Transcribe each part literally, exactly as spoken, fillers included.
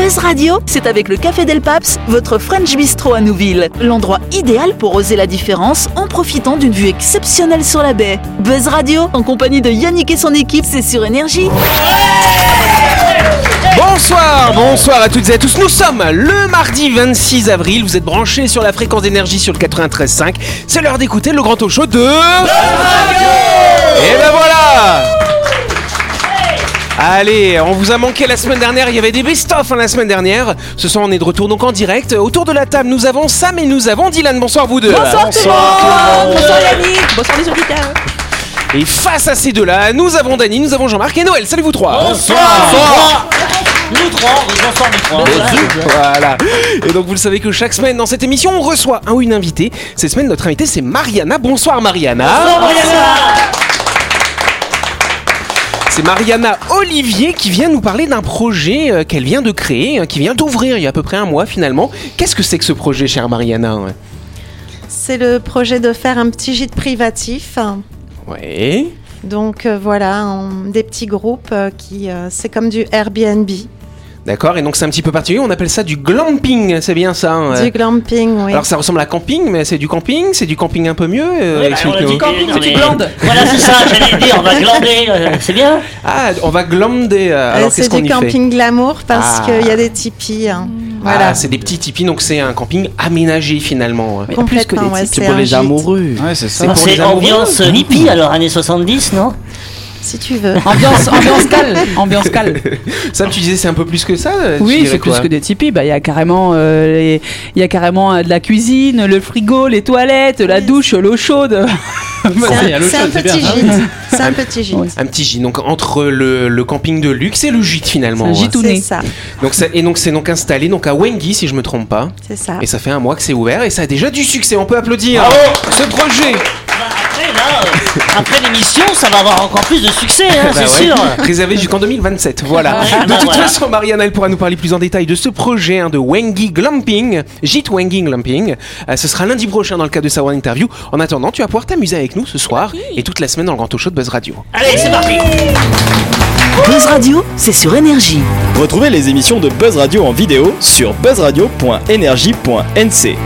Buzz Radio, c'est avec le Café Del Paps, votre French Bistro à Nouville. L'endroit idéal pour oser la différence en profitant d'une vue exceptionnelle sur la baie. Buzz Radio, en compagnie de Yannick et son équipe, c'est sur Énergie. Bonsoir, bonsoir à toutes et à tous. Nous sommes le mardi vingt-six avril. Vous êtes branchés sur la fréquence d'énergie sur le quatre-vingt-treize virgule cinq. C'est l'heure d'écouter le grand talk show de... Et ben voilà. Allez, on vous a manqué la semaine dernière, il y avait des best-of hein, la semaine dernière. Ce soir on est de retour donc en direct. Autour de la table nous avons Sam et nous avons Dylan. Bonsoir vous deux. Bonsoir, bonsoir tout le monde. Bonsoir Yannick. Bonsoir les auditeurs. Et face à ces deux-là, nous avons Dany, nous avons Jean-Marc et Noël. Salut vous trois. Bonsoir. Bonsoir. Nous trois, bonsoir nous trois. Voilà. Et donc vous le savez que chaque semaine dans cette émission on reçoit un ou une invitée. Cette semaine notre invitée c'est Mariana. Bonsoir Mariana. Bonsoir Mariana. C'est Mariana Olivier qui vient nous parler d'un projet euh, qu'elle vient de créer, hein, qui vient d'ouvrir il y a à peu près un mois finalement. Qu'est-ce que c'est que ce projet, chère Mariana? C'est le projet de faire un petit gîte privatif. Ouais. Donc euh, voilà, en, des petits groupes euh, qui, euh, c'est comme du Airbnb. D'accord, et donc c'est un petit peu particulier, on appelle ça du glamping, c'est bien ça hein, Du ouais. glamping, oui. Alors ça ressemble à camping, mais c'est du camping, c'est du camping un peu mieux euh, ouais, bah, on a dit camping, c'est du glandes. Voilà, c'est ça, j'allais dire, on va glander, euh, c'est bien. Ah, on va glander, euh, alors euh, qu'est-ce qu'on y fait? C'est du camping glamour parce ah. qu'il y a des tipis. Hein. Voilà. Ah, c'est des petits tipis, donc c'est un camping aménagé finalement. Mais plus que des tipis, ouais, c'est pour les gîte. amoureux. Ouais, c'est ça. C'est, pour c'est les ambiance amoureux. Hippie, alors années soixante-dix, non? Si tu veux. Ambiance, ambiance calme, ambiance calme. Sam, tu disais c'est un peu plus que ça? Oui, c'est plus que des tipis. Bah, il y a carrément, euh, les... il y a carrément euh, de la cuisine, le frigo, les toilettes, la douche, l'eau chaude. C'est un, c'est un petit gîte. C'est un petit gîte. Ouais. Un petit gîte. Donc entre le, le camping de luxe et le gîte finalement. C'est un gîte C'est ça. Donc ça, et donc c'est donc installé donc à Wengi si je me trompe pas. C'est ça. Et ça fait un mois que c'est ouvert et ça a déjà du succès. On peut applaudir. Bravo. Ce projet. Après, là, euh, après l'émission, ça va avoir encore plus de succès, hein, bah c'est ouais. sûr. Réservé jusqu'en deux mille vingt-sept. Voilà. Ah, de bah, toute voilà. façon, Mariana, elle pourra nous parler plus en détail de ce projet hein, de Wengi Glamping, gîte Wengi Glamping. Euh, ce sera lundi prochain dans le cadre de sa One Interview. En attendant, tu vas pouvoir t'amuser avec nous ce soir et toute la semaine dans le grand talk show de Buzz Radio. Allez, c'est parti. Buzz Radio, c'est sur Énergie. Retrouvez les émissions de Buzz Radio en vidéo sur buzz radio point énergie point n c.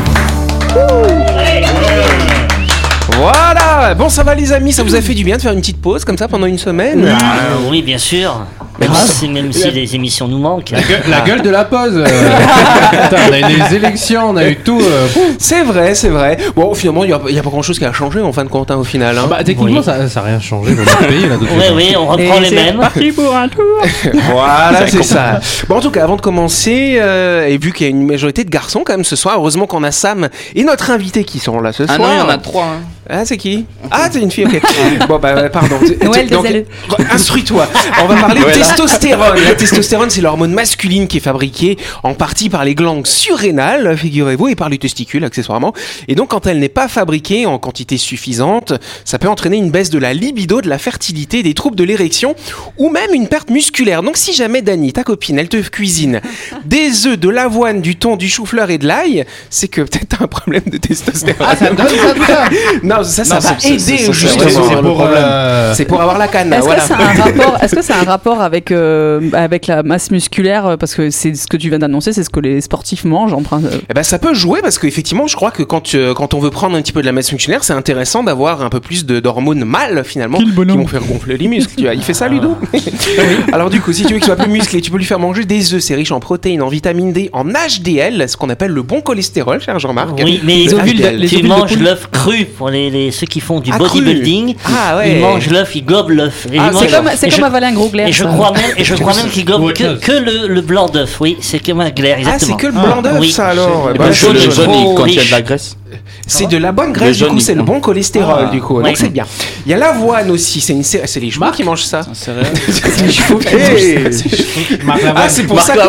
Voilà. Bon, ça va les amis, ça vous a fait du bien de faire une petite pause comme ça pendant une semaine? Ah, oui, bien sûr. Même si, même si les émissions nous manquent. La gueule, la gueule de la pause. Euh... Attends, on a eu les élections, on a eu tout. Euh... C'est vrai, c'est vrai. Bon, finalement, il n'y a, a pas grand chose qui a changé en fin de compte hein, au final. Hein. Bah, techniquement, oui. ça n'a rien changé dans notre pays. Là, oui, oui, on reprend et les c'est mêmes. Parti pour un tour. Voilà, c'est ça. Bon, en tout cas, avant de commencer, euh, et vu qu'il y a une majorité de garçons quand même ce soir, heureusement qu'on a Sam et notre invité qui sont là ce ah soir. Ah non, il y en a trois. Hein. Ah, c'est qui? Ah, c'est une fille, ok. Bon, bah, pardon. Noël, donc, instruis-toi. On va parler de voilà. testostérone. La testostérone, c'est l'hormone masculine qui est fabriquée en partie par les glandes surrénales, figurez-vous, et par les testicules, accessoirement. Et donc, quand elle n'est pas fabriquée en quantité suffisante, ça peut entraîner une baisse de la libido, de la fertilité, des troubles de l'érection, ou même une perte musculaire. Donc, si jamais Dany, ta copine, elle te cuisine des œufs, de l'avoine, du thon, du chou-fleur et de l'ail, c'est que peut-être t'as un problème de testostérone. Ah, ça donne ça, tout ça? Non, ça, ça non, va c'est, aider c'est, c'est, justement. c'est, c'est, pour, euh... c'est pour avoir la canne. Est-ce, voilà. que ça a un rapport, est-ce que ça a un rapport avec, euh, avec la masse musculaire? Parce que c'est ce que tu viens d'annoncer, c'est ce que les sportifs mangent en principe. Eh ben, ça peut jouer parce qu'effectivement, je crois que quand, euh, quand on veut prendre un petit peu de la masse musculaire, c'est intéressant d'avoir un peu plus de, d'hormones mâles finalement qui vont faire gonfler les muscles. Tu vois, il fait ça, Ludo. Alors, du coup, si tu veux qu'il soit plus musclé, tu peux lui faire manger des œufs. C'est riche en protéines, en vitamine D, en H D L, ce qu'on appelle le bon cholestérol, cher Jean-Marc. Oui, mais les ovules de, les tu manges l'œuf cru pour les, les, ceux qui font du ah, bodybuilding. Ah, ouais. Ils mangent l'œuf, ils gobent l'œuf. Ah, c'est comme, c'est comme je, avaler un gros glaire. Et je crois même, et je crois même qu'ils gobent que, que le, le blanc d'œuf. Oui, c'est comme un glaire, exactement. Ah, c'est que le blanc d'œuf, ah, oui. Ça alors. Et bah, le jaune, quand il y a de la graisse. C'est de la bonne graisse, du coup, c'est le bon cholestérol, du coup. Donc c'est bien. Il y a l'avoine aussi, c'est une céréale. C'est les chevaux qui mangent ça. C'est vrai. C'est les chevaux qui mangent ça. Ah, c'est pour ça que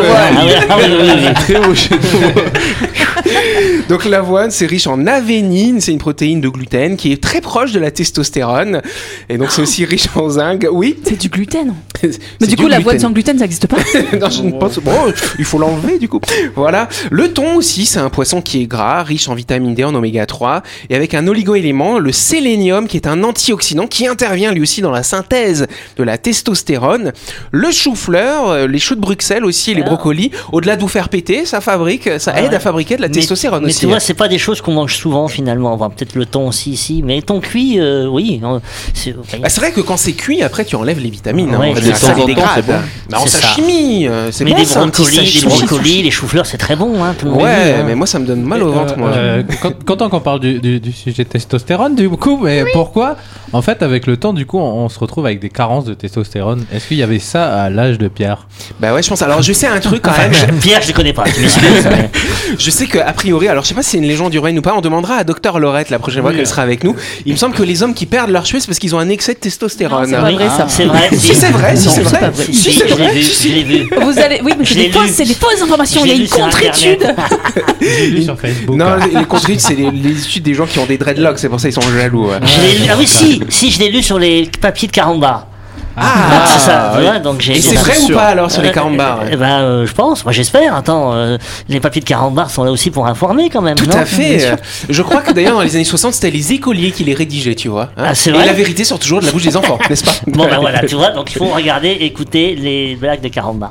donc l'avoine, c'est riche en avénine, c'est une protéine de gluten qui est très proche de la testostérone. Et donc c'est aussi riche en zinc. Oui. C'est du gluten. Mais du coup, l'avoine sans gluten, ça n'existe pas. Non, je ne pense. Bon, il faut l'enlever du coup. Voilà. Le thon aussi, c'est un poisson qui est gras, riche en vitamine D, en oméga trois, et avec un oligo-élément, le sélénium, qui est un antioxydant qui intervient lui aussi dans la synthèse de la testostérone. Le chou-fleur, les choux de Bruxelles aussi, et les brocolis, au-delà de vous faire péter, ça fabrique, ça Ah aide ouais. à fabriquer de la Mais- testostérone mais aussi. tu vois, c'est pas des choses qu'on mange souvent finalement. Enfin, peut-être le thon aussi, ici. Mais thon cuit, euh, oui. hein, C'est enfin, Bah, c'est vrai que quand c'est cuit, après tu enlèves les vitamines. Ouais, hein, c'est ça ça. les De temps en temps, dégrade. c'est bon. Bah, en C'est ça. sashimi, euh, c'est mais bon des ça, un petit brocolis, des sashimi. brocolis, les choux-fleurs, c'est très bon. Hein, tout le monde Ouais, le dit, hein. mais moi ça me donne mal au ventre. Euh, moi. euh, quand, quand on parle du, du, du sujet testostérone, du coup, mais pourquoi en fait, avec le temps, du coup, on, on se retrouve avec des carences de testostérone. Est-ce qu'il y avait ça à l'âge de Pierre? Bah ouais, je pense. Alors je sais un truc quand Enfin, même. je- Pierre, je le connais pas. Tu m'excuses. mais- Je sais qu'a priori, alors je sais pas si c'est une légende urbaine ou pas, on demandera à Docteur Laurette la prochaine fois qu'elle sera avec nous. Il me semble que les hommes qui perdent leurs cheveux, c'est parce qu'ils ont un excès de testostérone. Non, c'est pas vrai, ça. C'est vrai. Si c'est vrai, si Non, c'est c'est vrai. pas vrai. Si, Si, si, c'est je l'ai vrai. vu, Si, je l'ai vu. Vous allez, oui, mais Je c'est l'ai des, fausses, lu. c'est des fausses informations. Je Il y a l'ai une lu sur contre-étude. J'ai lu sur Facebook. Non, les, les contre-études, c'est les, les études des gens qui ont des dreadlocks, c'est pour ça qu'ils sont jaloux. ouais. Je l'ai lu- Ah oui, si, si, je l'ai lu sur les papiers de Carambar. Ah, c'est ça. tu vois, donc j'ai. Et c'est j'ai- vrai ou pas alors sur les Euh, carambars? eh ben, euh, je pense. Moi, j'espère. Attends, euh, les papiers de Carambar sont là aussi pour informer quand même. Tout non à fait. Je crois que d'ailleurs dans les années soixante, c'était les écoliers qui les rédigeaient, tu vois. hein. Ah, c'est Et vrai la vérité sort toujours de la bouche des enfants, n'est-ce pas? Bon, ben voilà, tu vois, donc il faut regarder, écouter les blagues de Carambar.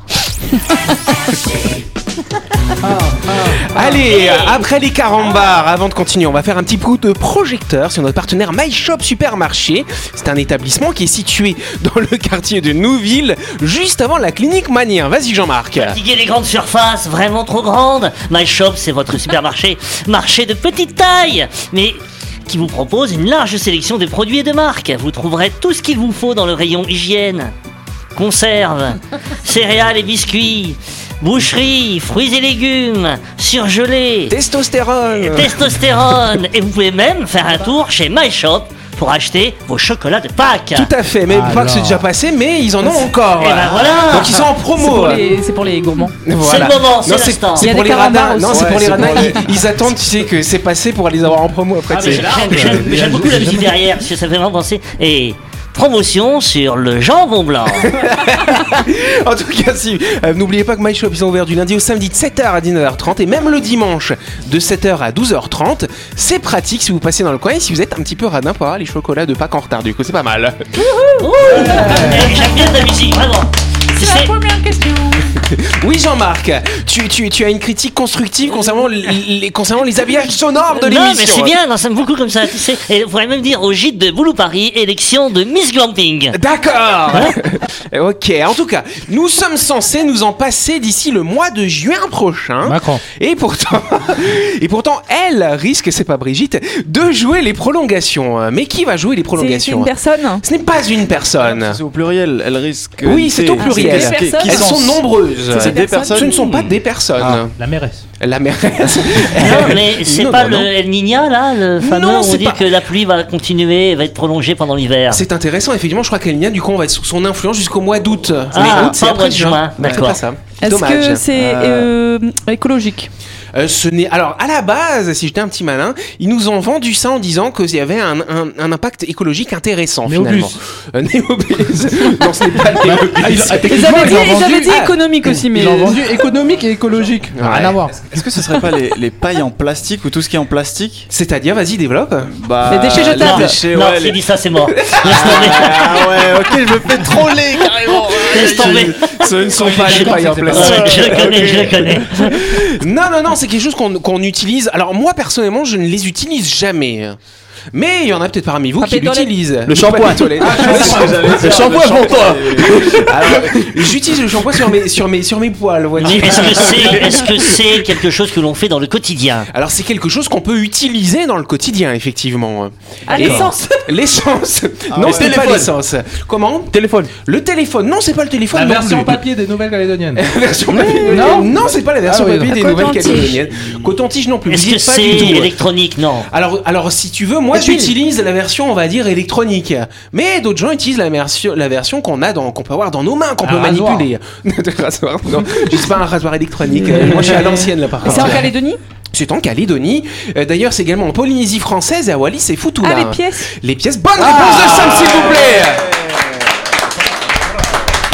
Allez, après les carambars, avant de continuer, on va faire un petit coup de projecteur sur notre partenaire My Shop Supermarché. C'est un établissement qui est situé dans le quartier de Nouville, juste avant la clinique Manien. Vas-y Jean-Marc. Fatiguez les grandes surfaces, vraiment trop grandes. My Shop, c'est votre supermarché, marché de petite taille, mais qui vous propose une large sélection de produits et de marques. Vous trouverez tout ce qu'il vous faut dans le rayon hygiène, conserves, céréales et biscuits, boucherie, fruits et légumes, surgelés, Testostérone. testostérone. Et vous pouvez même faire un tour chez My Shop pour acheter vos chocolats de Pâques. Tout à fait, mais pas Alors. que c'est déjà passé, mais ils en ont encore. Et ben voilà. Donc ils sont en C'est promo. pour, les, c'est pour les gourmands. Voilà. C'est le moment, c'est Non, l'instant. Il y c'est a pour des les radins. carambars Non, aussi. c'est pour Ouais, les c'est radins. pour les- Ils, ils attendent, tu sais, que c'est passé pour les avoir en promo après. Ah, tu mais sais. j'aime, j'aime- mais j'aime beaucoup la musique derrière, parce que ça fait vraiment penser. Et promotion sur le jambon blanc. En tout cas, si, euh, n'oubliez pas que My Shop, ils sont ouverts du lundi au samedi de sept heures à dix-neuf heures trente et même le dimanche de sept heures à douze heures trente. C'est pratique si vous passez dans le coin et si vous êtes un petit peu radin pour avoir les chocolats de Pâques en retard. Du coup, c'est pas mal. Eh, J'aime bien ta musique, vraiment. Tu sais, Première question. Oui, Jean-Marc, tu, tu, tu as une critique constructive concernant les, les- concernant les habillages sonores de non, mais l'émission. c'est bien, non, ça me beaucoup comme ça, tu sais. Et on pourrait même dire au gîte de Boulou Paris, élection de Miss Glamping. D'accord. Ok. En tout cas, nous sommes censés nous en passer d'ici le mois de juin prochain. Macron. Et pourtant, et pourtant, elle risque, c'est pas Brigitte, de jouer les prolongations. Mais qui va jouer les C'est, c'est prolongations une personne. Ce n'est pas une personne. C'est au pluriel, elle risque. Oui, c'est au pluriel. c'est des personnes. Elles sont nombreuses. C'est des personnes. Ce ne sont pas des personnes. Ah. La mairesse. La mairesse. Non, mais c'est Non, pas non, le non. El Niña, là, le fameux, Non, où c'est on dit pas- que la pluie va continuer, va être prolongée pendant l'hiver. C'est intéressant, effectivement. Je crois qu'Elina, du coup, on va être sous son influence jusqu'au mois d'août. Ah, Mais août, c'est pas au après mois de juin, C'est d'accord. pas ça. Est-ce Dommage. que c'est euh, écologique? Euh, ce n'est alors à la base, si j'étais un petit malin, ils nous ont vendu ça en disant qu'il y avait un, un, un impact écologique intéressant Néobus. finalement. Euh, Néobus. Non, ce n'est pas Néobus. Ah, ils- ah, Ils techniquement, avaient dit, ils l'ont ils avaient vendu- dit Ah. économique aussi, mais. Ils l'ont vendu économique et écologique. Ouais. Rien à voir. Est-ce que ce serait pas les, les pailles en plastique ou tout ce qui est en plastique? C'est-à-dire, vas-y, développe. Bah, Les déchets jetables. Les déchets, non, ouais, s'il les- dit ça, c'est mort. Laisse tomber. Ah ouais, ok, je me fais troller carrément. Laisse tomber. Ce ne sont pas Je les pailles en sais pas. plastique. Ouais, je le connais, je le connais. Non, non, non, c'est quelque chose qu'on qu'on utilise. Alors moi, personnellement, je ne les utilise jamais. Mais il y en a peut-être parmi vous Papier qui de toilette. l'utilisent. Le shampoing. toilette. Le shampoing pour toi. Alors, j'utilise le shampoing sur mes, sur mes, sur mes poils, vois-tu. Mais est-ce que c'est, est-ce que c'est quelque chose que l'on fait dans le quotidien? Alors c'est quelque chose qu'on peut utiliser dans le quotidien, effectivement. À Et- l'essence. L'essence. non, ouais. c'est pas Téléphone. l'essence. Comment? Téléphone. Le téléphone. Non, c'est pas le téléphone. La non version plus. papier des Nouvelles-Calédoniennes. La version papier. Non. Non, c'est pas la version Ah oui, papier des Coton-tige. Nouvelles-Calédoniennes. Coton-tige non plus. Est-ce Vous y que êtes pas c'est du tout. électronique? Non. Alors, alors, si tu veux, moi Et puis- j'utilise la version, on va dire, électronique. Mais d'autres gens utilisent la version, la version qu'on a dans, qu'on peut avoir dans nos mains, qu'on Un peut rasoir. manipuler. De rasoir, non. Je sais pas un rasoir électronique. Euh, Moi, je suis à l'ancienne, là, par contre. C'est en Calédonie? C'est en Calédonie. Euh, D'ailleurs, c'est également en Polynésie française et à Wallis et Futuna. Ah, les pièces. Les pièces. Bonne réponse de Sam, s'il vous plaît.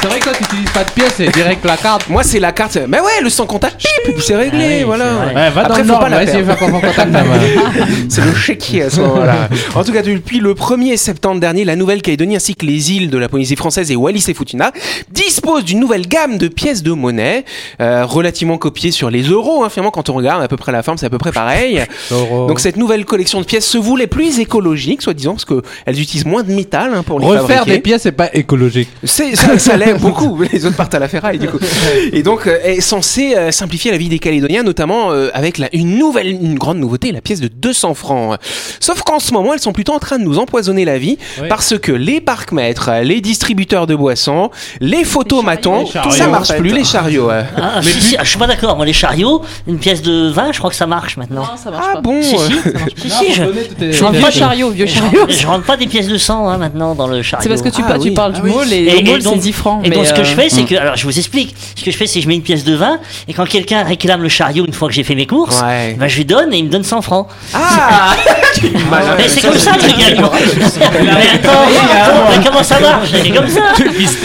C'est vrai que toi, tu n'utilises pas de pièces, c'est direct la carte. Moi, c'est la carte. Mais ouais, le sans contact, chip, et puis c'est réglé, Ah oui, voilà. c'est vrai. Ouais, va dans Après, le faut nord, pas la va essayer de perdre. faire sans contact là-bas. C'est le chéquier à ce moment-là. En tout cas, depuis le premier septembre dernier, la Nouvelle-Calédonie ainsi que les îles de la Polynésie française et Wallis et Futuna disposent d'une nouvelle gamme de pièces de monnaie, euh, relativement copiées sur les euros. Hein, finalement, quand on regarde à peu près la forme, c'est à peu près pareil. Euro. Donc cette nouvelle collection de pièces se voulait plus écologique, soi-disant, parce qu'elles utilisent moins de métal hein, pour les Refaire fabriquer. des pièces, c'est pas écologique. C'est, ça, ça l'est beaucoup. Les autres partent à la ferraille, du coup. Et donc, euh, est censé euh, simplifier la vie des Calédoniens, notamment euh, avec la, une nouvelle, une grande nouveauté, la pièce de deux cents francs. Sauf qu'en ce moment, elles sont plutôt en train de nous empoisonner la vie, Oui. parce que les parcs-mètres, les distributeurs de boissons, les photomatons, Les chariots. tout ça marche En fait. plus, les chariots. ouais. Ah, si, si, ah, je suis pas d'accord. Moi, les chariots, une pièce de vin, je crois que ça marche maintenant. Non, ça marche Ah pas. bon Si, euh, si, si, si, je, Je rentre pas chariot, vieux je, chariot. je rentre pas des pièces de sang hein, maintenant dans le chariot. C'est parce que tu, Ah par- tu oui. parles Ah du oui. môle et, Et- le môle et donc- c'est dix francs. Et mais, donc ce que je euh, fais, c'est que, alors je vous explique, ce que je fais, c'est que je mets une pièce de vin, et quand quelqu'un réclame le chariot une fois que j'ai fait mes courses, Ouais. ben je lui donne et il me donne cent francs. Ah Malin. Mais c'est comme ça que je gagne. Mais attends, attends, mais comment ça marche? C'est comme ça.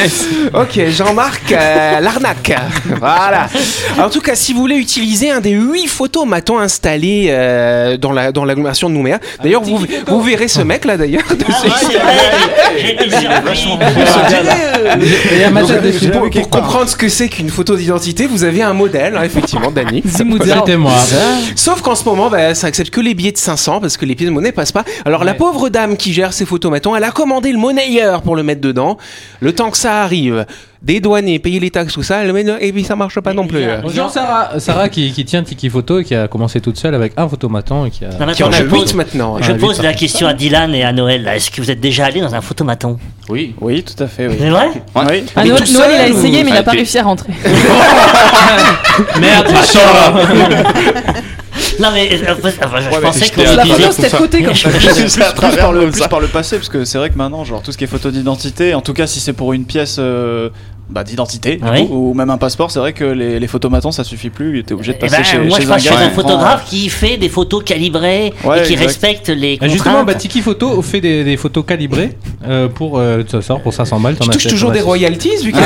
Ok, Jean-Marc, euh, l'arnaque. Voilà. Alors, en tout cas, si vous voulez utiliser un des huit photomatons installés euh, dans la dans l'agglomération de Nouméa, d'ailleurs, vous, vous verrez ce mec là d'ailleurs. Ah oui, c'est vrai. J'ai été surpris. Il y a ma tête dessus. Pour, pour comprendre ce que c'est qu'une photo d'identité, vous avez un modèle, hein, effectivement, Dany. C'était moi. Sauf qu'en ce moment, bah, ça accepte que les billets de cinq cents parce que les pièces de monnaie passent pas. Alors la Ouais. pauvre dame qui gère ces photomatons, elle a commandé le monnayeur pour le mettre dedans. Le temps que ça arrive, dédouaner, payer les taxes, tout ça, elle met et puis ça marche pas non plus. Bonjour Sarah, Sarah qui, qui tient Tiki Photo et qui a commencé toute seule avec un photomaton et qui a... Non, mais Qui en attends, a je pose, huit maintenant. je Ah, pose huit, la question à Dylan et à Noël. là. Est-ce que vous êtes déjà allé dans un photomaton? Oui. Oui, tout à fait, oui. C'est vrai? Oui. Ah, Mais Noël, tout Noël, il a seul essayé, ou- mais il Ah, a pas puis- réussi à rentrer. Merde, Non, mais euh, enfin, je mais pensais j'étais qu'on à- La Disait photo, pour c'était de ça. côté comme ça. plus, plus par le, comme plus ça. par le passé, parce que c'est vrai que maintenant, genre tout ce qui est photo d'identité, en tout cas si c'est pour une pièce euh, bah, d'identité, du Oui. coup, ou même un passeport, c'est vrai que les, les photomatons ça suffit plus, t'es obligé de Eh passer ben, chez, moi, chez je un passe chez gars un qui prend- photographe qui fait des photos calibrées Ouais, et qui exact. respecte les Et contraintes. justement, bah, Tiki Photo fait des, des photos calibrées euh, pour euh, ça sort pour cinq cents balles. Tu t'en touches achètes, toujours t'en des achètes. royalties vu que...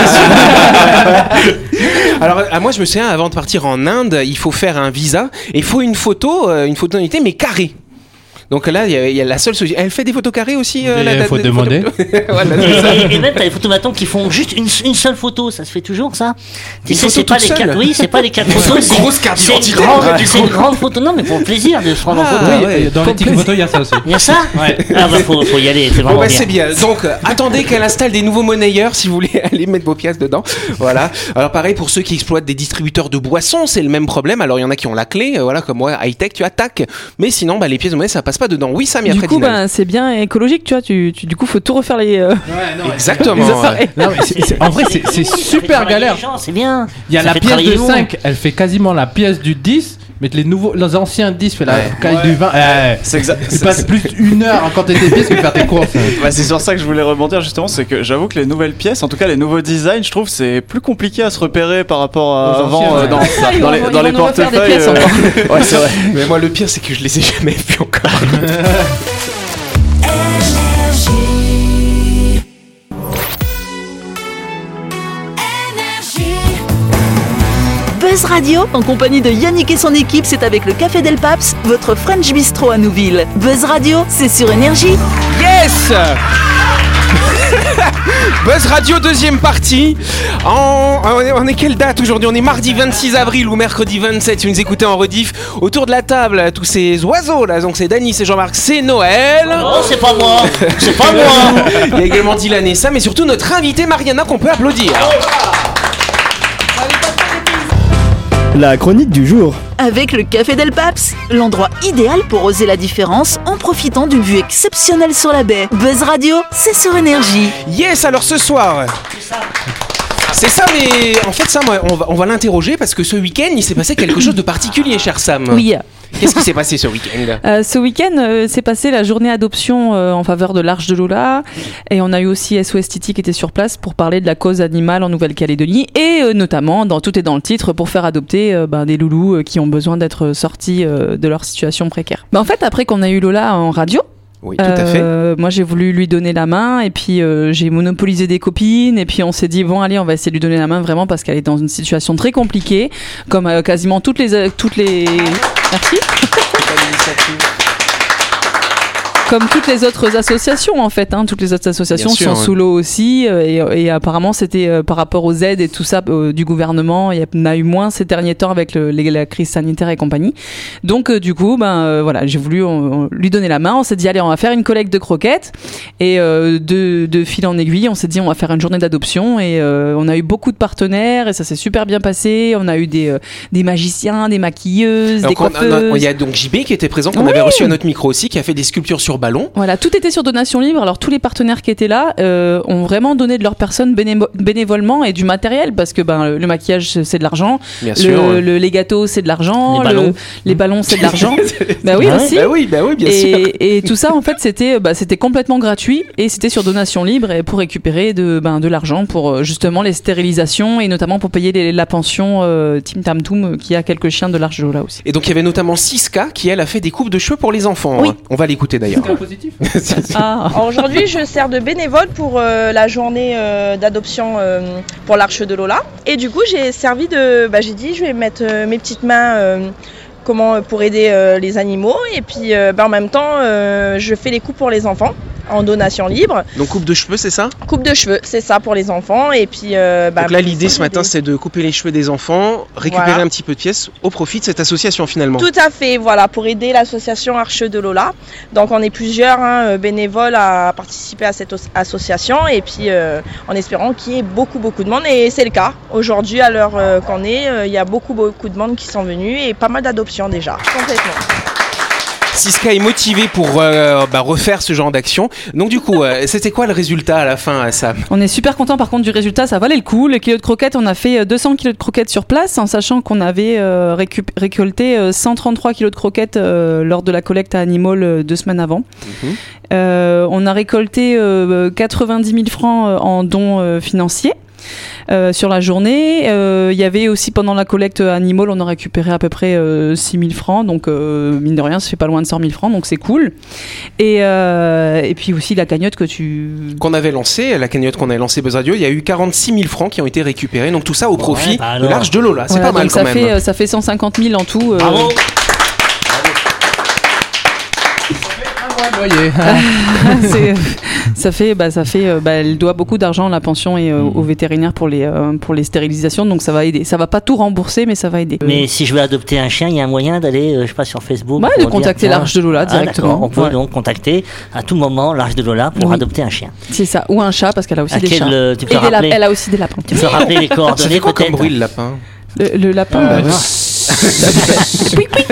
Alors à moi je me souviens avant de partir en Inde, il faut faire un visa et il faut une photo, euh, une photo d'identité mais carrée. Donc là il y, a- il y a la seule solution. Elle fait des photos carrées aussi. euh, Des la date faut des demander. photos- Voilà, Et, c'est ça. et- et même t'as des photomatons qui font juste une, une seule photo, ça se fait toujours ça. Tu Une sais, photo c'est pas toute les quatre. seule. Oui, c'est pas les quatre Une photos. C'est grosse carte c'est une d'identité. grande, Ouais, du c'est coup. une grande photo. Non, mais pour le plaisir de se prendre en Ah, photo. Oui, ouais. dans les Tiki Photo, il y a ça aussi. Il y a ça. Ah bah faut, faut y aller. C'est Bon vraiment bah bien. c'est bien. Donc euh, attendez qu'elle installe des nouveaux monnayeurs si vous voulez aller mettre vos pièces dedans. Voilà. Alors pareil pour ceux qui exploitent des distributeurs de boissons, c'est le même problème. Alors il y en a qui ont la clé, euh, voilà comme moi high tech, tu attaques. Mais sinon bah les pièces de monnaie ça passe pas dedans. Oui Sam, il y a Du après coup, Dylan. ben, c'est bien écologique, tu vois. Tu, tu, du coup, faut tout refaire les. euh, Exactement. les appareils. Non, mais c'est- c'est- en vrai, c'est c'est Ça fait super travailler galère. les gens, C'est bien. Il y a Ça la fait pièce travailler de le monde. cinq, elle fait quasiment la pièce du dix, mais les nouveaux, les anciens dix fait la Ouais. caille du vingt. Eh, C'est exact. tu c'est- passes plus d'une heure quand t'es tes pièces que faire tes courses. Bah, c'est sur ça que je voulais rebondir justement, c'est que j'avoue que les nouvelles pièces, en tout cas les nouveaux designs, je trouve c'est plus compliqué à se repérer par rapport à Aux avant anciens, euh, ouais. dans, Ils dans vont- les, ils dans vont les nous refaire des portefeuilles. pièces euh, ouais, c'est vrai. Mais moi le pire c'est que je les ai jamais vus encore. Buzz Radio, en compagnie de Yannick et son équipe, c'est avec le Café Del Paps, votre French Bistro à Nouville. Buzz Radio, c'est sur Énergie. Yes. Buzz Radio deuxième partie. En, on est- on est quelle date aujourd'hui? On est mardi vingt-six avril ou mercredi vingt-sept si vous nous écoutez en rediff. Autour de la table, tous ces oiseaux là, donc c'est Dany, c'est Jean-Marc, c'est Noël. Non, c'est pas moi. C'est pas moi. Il y a également Dylan et Sam, mais surtout notre invitée Mariana qu'on peut applaudir. La chronique du jour. Avec le Café Del Paps, l'endroit idéal pour oser la différence en profitant d'une vue exceptionnelle sur la baie. Buzz Radio, c'est sur Énergie. Yes, alors ce soir. C'est ça, mais en fait, Sam, on va, on va l'interroger parce que ce week-end, il s'est passé quelque chose de particulier, cher Sam. Oui. Qu'est-ce qui s'est passé ce week-end? Euh, ce week-end, euh, s'est passé la journée adoption euh, en faveur de l'Arche de Lola. Et on a eu aussi S O S Titi qui était sur place pour parler de la cause animale en Nouvelle-Calédonie. Et euh, notamment, dans tout est dans le titre, pour faire adopter euh, ben, des loulous euh, qui ont besoin d'être sortis euh, de leur situation précaire. Ben, en fait, après qu'on a eu Lola en radio, Oui, tout à fait. Euh, moi, j'ai voulu lui donner la main et puis euh, j'ai monopolisé des copines et puis on s'est dit bon, allez, on va essayer de lui donner la main vraiment parce qu'elle est dans une situation très compliquée, comme euh, quasiment toutes les euh, toutes les. Merci. Comme toutes les autres associations en fait, hein, toutes les autres associations Bien sûr, sont ouais. sous l'eau aussi euh, et, et apparemment c'était euh, par rapport aux aides et tout ça euh, du gouvernement, il y en a eu moins ces derniers temps avec le, les, la crise sanitaire et compagnie. Donc euh, du coup, ben euh, voilà, j'ai voulu on, on, lui donner la main. On s'est dit allez, on va faire une collecte de croquettes et euh, de, de fil en aiguille, on s'est dit on va faire une journée d'adoption et euh, on a eu beaucoup de partenaires et ça s'est super bien passé. On a eu des euh, des magiciens, des maquilleuses, Alors, des qu'on- coiffeuses. Il y a donc J B qui était présent, qu'on Oui. avait reçu à notre micro aussi, qui a fait des sculptures sur ballon. Voilà, tout était sur donation libre. Alors tous les partenaires qui étaient là euh, ont vraiment donné de leur personne bénévo- bénévolement et du matériel parce que ben le, le maquillage c'est de l'argent, Bien le, sûr. ouais. le- les gâteaux c'est de l'argent, Les ballons. le- les ballons c'est de l'argent. Bah oui Ah ouais aussi. Bah oui, bah oui, bien sûr. Et, et tout ça en fait c'était bah, c'était complètement gratuit et c'était sur donation libre et pour récupérer de ben de l'argent pour euh, justement les stérilisations et notamment pour payer les- la pension euh, Tim Tam Toum euh, qui a quelques chiens de l'Arche de Lola aussi. Et donc il y avait notamment Siska qui elle a fait des coupes de cheveux pour les enfants. Oui. On va l'écouter d'ailleurs. positif. Ah. Alors aujourd'hui, je sers de bénévole pour euh, la journée euh, d'adoption euh, pour l'Arche de Lola. Et du coup, j'ai servi de. Bah, j'ai dit, je vais mettre euh, mes petites mains euh, comment, pour aider euh, les animaux. Et puis, euh, bah, en même temps, euh, je fais les coupes pour les enfants en donation libre. Donc coupe de cheveux, c'est ça? Coupe de cheveux, c'est ça pour les enfants. Et puis, euh, bah, Donc là pour l'idée ce matin aider. c'est de couper les cheveux des enfants, récupérer Voilà. un petit peu de pièces au profit de cette association finalement. Tout à fait, voilà, pour aider l'association Arche de Lola. Donc on est plusieurs hein, bénévoles à participer à cette os- association et puis euh, en espérant qu'il y ait beaucoup beaucoup de monde et c'est le cas. Aujourd'hui à l'heure euh, qu'on est, euh, il y a beaucoup beaucoup de monde qui sont venus et pas mal d'adoptions déjà, complètement. Siska est motivée pour euh, bah, refaire ce genre d'action. Donc du coup, euh, c'était quoi le résultat à la fin, Sam? On est super content par contre du résultat, ça valait le coup. Le kilo de croquettes, on a fait deux cents kilos de croquettes sur place en sachant qu'on avait euh, récup- récolté euh, cent trente-trois kilos de croquettes euh, lors de la collecte à Animal euh, deux semaines avant. Mhm. Euh, on a récolté euh, quatre-vingt-dix mille francs euh, en dons euh, financiers. Euh, sur la journée, euh, il y avait aussi pendant la collecte Animal, on a récupéré à peu près euh, six mille francs, donc euh, mine de rien, ça fait pas loin de cent mille francs, donc c'est cool. Et, euh, et puis aussi la cagnotte que tu. Qu'on avait lancé, la cagnotte qu'on avait lancée Buzz Radio, il y a eu quarante-six mille francs qui ont été récupérés. Donc tout ça au profit Ouais, bah de alors. l'Arche de Lola. C'est Voilà, pas mal donc quand ça même. fait, euh, ça fait cent cinquante mille en tout. euh, Bravo. Loyer. c'est- ça fait, bah, ça fait, euh, bah, elle doit beaucoup d'argent la pension et euh, Mhm. aux vétérinaires pour les euh, pour les stérilisations, donc ça va aider. Ça va pas tout rembourser, mais ça va aider. Mais si je veux adopter un chien, il y a un moyen d'aller, euh, je sais pas, sur Facebook. Ouais, pour de dire, contacter tiens, l'Arche de Lola ah, directement. d'accord. On peut Ouais. donc contacter à tout moment l'Arche de Lola pour Oui. adopter un chien. C'est ça, ou un chat parce qu'elle a aussi À des quel, chats. euh, tu peux Et des rappeler lap- elle a aussi des lapins. Tu peux rappeler les Ça coordonnées fait quoi comme peut-être bruit le lapin? Le, le lapin. Euh, bah, Pouic, pouic.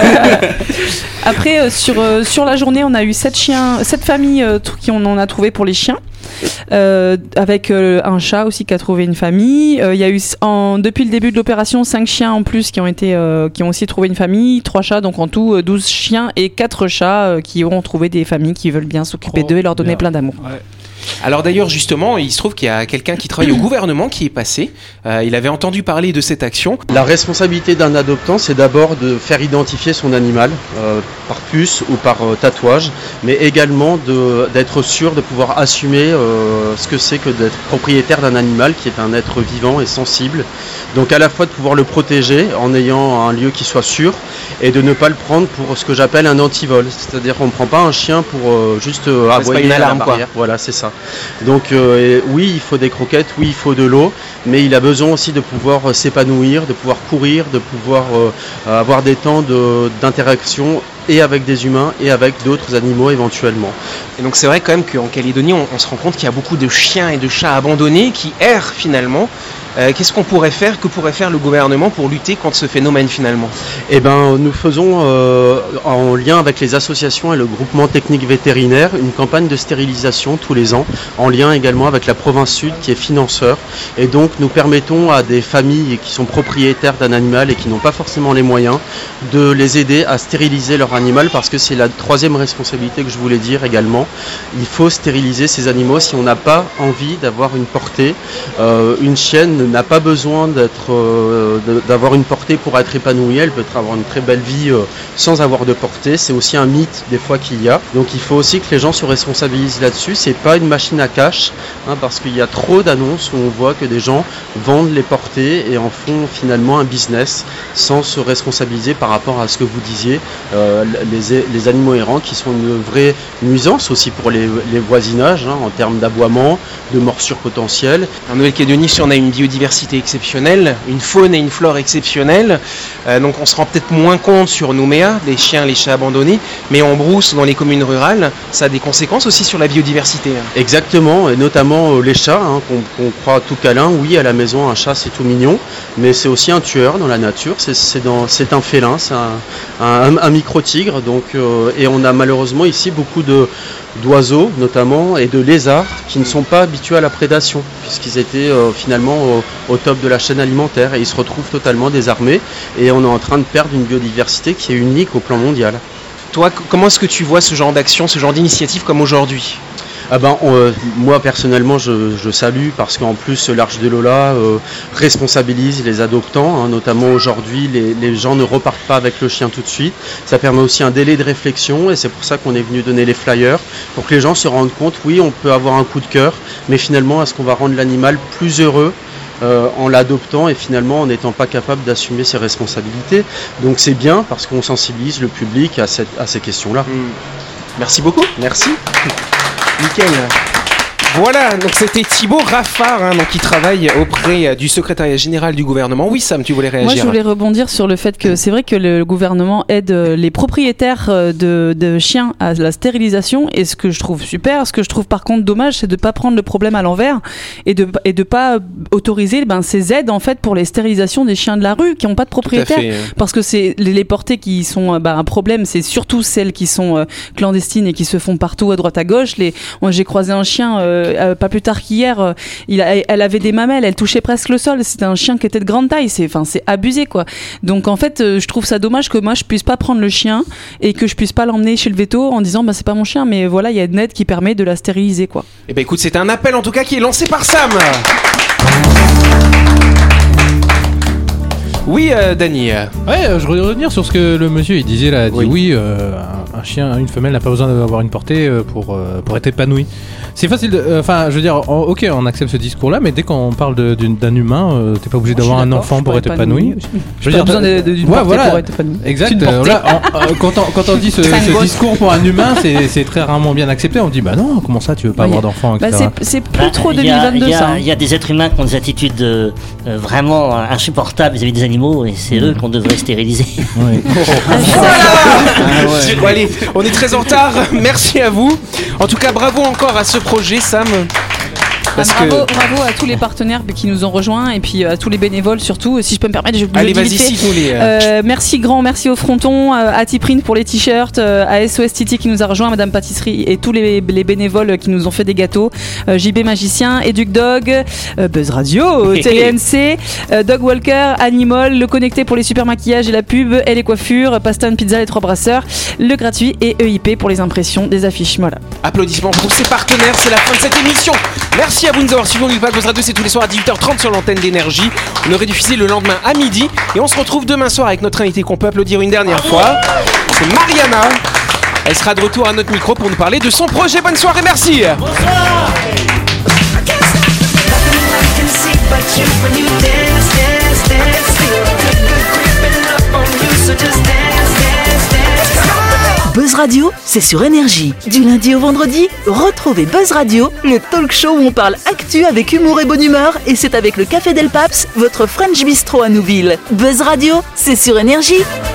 Après, euh, sur, euh, sur la journée, on a eu sept chiens, sept familles euh, tr- qui on en a trouvé pour les chiens. Euh, avec euh, un chat aussi qui a trouvé une famille. Euh, Il y a eu en, depuis le début de l'opération cinq chiens en plus qui ont été euh, qui ont aussi trouvé une famille, trois chats, donc en tout euh, douze chiens et quatre chats euh, qui ont trouvé des familles qui veulent bien s'occuper Trop d'eux et leur donner bien. plein d'amour. Alors d'ailleurs justement, il se trouve qu'il y a quelqu'un qui travaille au gouvernement qui est passé. Euh, il avait entendu parler de cette action. La responsabilité d'un adoptant, c'est d'abord de faire identifier son animal euh, par puce ou par euh, tatouage, mais également de- d'être sûr de pouvoir assumer euh, ce que c'est que d'être propriétaire d'un animal qui est un être vivant et sensible. Donc à la fois de pouvoir le protéger en ayant un lieu qui soit sûr et de ne pas le prendre pour ce que j'appelle un antivol. C'est-à-dire qu'on ne prend pas un chien pour euh, juste euh, c'est pas aboyer une à la alarme, quoi. barrière. Voilà, c'est ça. Donc euh, et oui, il faut des croquettes, oui, il faut de l'eau, mais il a besoin aussi de pouvoir euh, s'épanouir, de pouvoir courir, de pouvoir euh, avoir des temps de- d'interaction et avec des humains et avec d'autres animaux éventuellement. Et donc c'est vrai quand même qu'en Calédonie, on, on se rend compte qu'il y a beaucoup de chiens et de chats abandonnés qui errent finalement. Euh, Qu'est-ce qu'on pourrait faire, que pourrait faire le gouvernement pour lutter contre ce phénomène finalement? Eh ben, nous faisons, euh, en lien avec les associations et le groupement technique vétérinaire, une campagne de stérilisation tous les ans, en lien également avec la province sud qui est financeur. Et donc, nous permettons à des familles qui sont propriétaires d'un animal et qui n'ont pas forcément les moyens de les aider à stériliser leur animal, parce que c'est la troisième responsabilité que je voulais dire également. Il faut stériliser ces animaux si on n'a pas envie d'avoir une portée. Euh, une chienne n'a pas besoin d'être, euh, de- d'avoir une portée portée pour être épanouie, elle peut avoir une très belle vie euh, sans avoir de portée. C'est aussi un mythe des fois qu'il y a. Donc il faut aussi que les gens se responsabilisent là-dessus. C'est pas une machine à cash, hein, parce qu'il y a trop d'annonces où on voit que des gens vendent les portées et en font finalement un business sans se responsabiliser par rapport à ce que vous disiez, euh, les, les animaux errants qui sont une vraie nuisance aussi pour les, les voisinages, hein, en termes d'aboiement, de morsures potentielles. En Nouvelle-Calédonie, on a une biodiversité exceptionnelle, une faune et une flore exceptionnelles, euh, donc on se rend peut-être moins compte sur Nouméa, les chiens, les chats abandonnés, mais en brousse, dans les communes rurales, ça a des conséquences aussi sur la biodiversité. Hein. Exactement, et notamment euh, les chats, hein, qu'on, qu'on croit tout câlin. Oui, à la maison, un chat c'est tout mignon, mais c'est aussi un tueur dans la nature, c'est, c'est, dans, c'est un félin, c'est un, un, un micro-tigre, donc, euh, et on a malheureusement ici beaucoup de, d'oiseaux notamment et de lézards qui ne sont pas habitués à la prédation, puisqu'ils étaient euh, finalement au, au top de la chaîne alimentaire et ils se retrouvent totalement désarmés et on est en train de perdre une biodiversité qui est unique au plan mondial. Toi, comment est-ce que tu vois ce genre d'action, ce genre d'initiative comme aujourd'hui ? Ah ben, euh, moi personnellement je, je salue parce qu'en plus l'Arche de Lola euh, responsabilise les adoptants, hein, notamment aujourd'hui les, les gens ne repartent pas avec le chien tout de suite, ça permet aussi un délai de réflexion et c'est pour ça qu'on est venu donner les flyers, pour que les gens se rendent compte, oui on peut avoir un coup de cœur, mais finalement est-ce qu'on va rendre l'animal plus heureux euh, en l'adoptant et finalement en n'étant pas capable d'assumer ses responsabilités, donc c'est bien parce qu'on sensibilise le public à, cette, à ces questions-là. Mmh. Merci beaucoup. Merci. Nickel. Voilà, donc c'était Thibaut Raffard, hein, donc qui travaille auprès du secrétariat général du gouvernement. Oui, Sam, tu voulais réagir ? Moi, je voulais rebondir sur le fait que c'est vrai que le gouvernement aide les propriétaires de, de chiens à la stérilisation, et ce que je trouve super, ce que je trouve par contre dommage, c'est de ne pas prendre le problème à l'envers et de et de pas autoriser ben, ces aides en fait pour les stérilisations des chiens de la rue qui n'ont pas de propriétaire, fait, hein. Parce que c'est les, les portées qui sont ben, un problème, c'est surtout celles qui sont euh, clandestines et qui se font partout à droite à gauche. Les, moi, j'ai croisé un chien. Euh, Euh, pas plus tard qu'hier, euh, il a, elle avait des mamelles, elle touchait presque le sol. C'était un chien qui était de grande taille. C'est, enfin, c'est abusé, quoi. Donc en fait, euh, je trouve ça dommage que moi je puisse pas prendre le chien et que je puisse pas l'emmener chez le véto en disant bah c'est pas mon chien, mais voilà, il y a une aide qui permet de la stériliser, quoi. Et ben écoute, c'est un appel en tout cas qui est lancé par Sam. Oui, euh, Dany. Ouais, euh, je voudrais revenir sur ce que le monsieur il disait là. Il dit oui, oui euh, un, un chien, une femelle n'a pas besoin d'avoir une portée euh, pour, euh, pour être épanoui. C'est facile, enfin, euh, je veux dire, on, ok, on accepte ce discours-là, mais dès qu'on parle de, d'une, d'un humain, euh, t'es pas obligé Moi, d'avoir un enfant pour être épanoui. Je veux dire, besoin de, de, d'une ouais, portée voilà. pour être épanoui. Exact. Euh, là, on, euh, quand, on, quand on dit ce, ce discours pour un humain, c'est, c'est très rarement bien accepté. On dit, bah non, comment ça, tu veux pas ouais, avoir d'enfant, et cetera. Bah c'est, c'est plus bah, trop deux mille vingt-deux, y a, ça. Il y a des êtres humains qui ont des attitudes euh, vraiment insupportables vis-à-vis des animaux, et c'est mmh. eux qu'on devrait stériliser. Oui. Ah, ouais. Bon, allez, on est très en retard. Merci à vous. En tout cas, bravo encore à ce projet, Sam. Parce ah, bravo, que... bravo à tous les partenaires qui nous ont rejoints et puis à tous les bénévoles surtout. Si je peux me permettre, je vous Allez, le vas-y, dis tous les. Euh, merci grand, merci au Fronton, euh, à T-Print pour les t-shirts, euh, à S O S Titi qui nous a rejoint, Madame Pâtisserie et tous les, les bénévoles qui nous ont fait des gâteaux, euh, J B Magicien, Educ Dog, euh, Buzz Radio, T N C, euh, Dog Walker, Animal, le connecté pour les super maquillages et la pub, et les coiffures, Pasta and Pizza, les trois brasseurs, le gratuit et E I P pour les impressions des affiches. Voilà. Applaudissements pour ces partenaires, c'est la fin de cette émission. Merci à vous de nous avoir suivis. N'oubliez pas que Buzz Radio, c'est tous les soirs à dix-huit heures trente sur l'antenne d'Énergie. On est rediffusé le lendemain à midi. Et on se retrouve demain soir avec notre invité qu'on peut applaudir une dernière fois. C'est Mariana. Elle sera de retour à notre micro pour nous parler de son projet. Bonne soirée, merci. Bonsoir. Buzz Radio, c'est sur Énergie. Du lundi au vendredi, retrouvez Buzz Radio, le talk show où on parle actu avec humour et bonne humeur, et c'est avec le Café Del Paps, votre French Bistro à Nouville. Buzz Radio, c'est sur Énergie.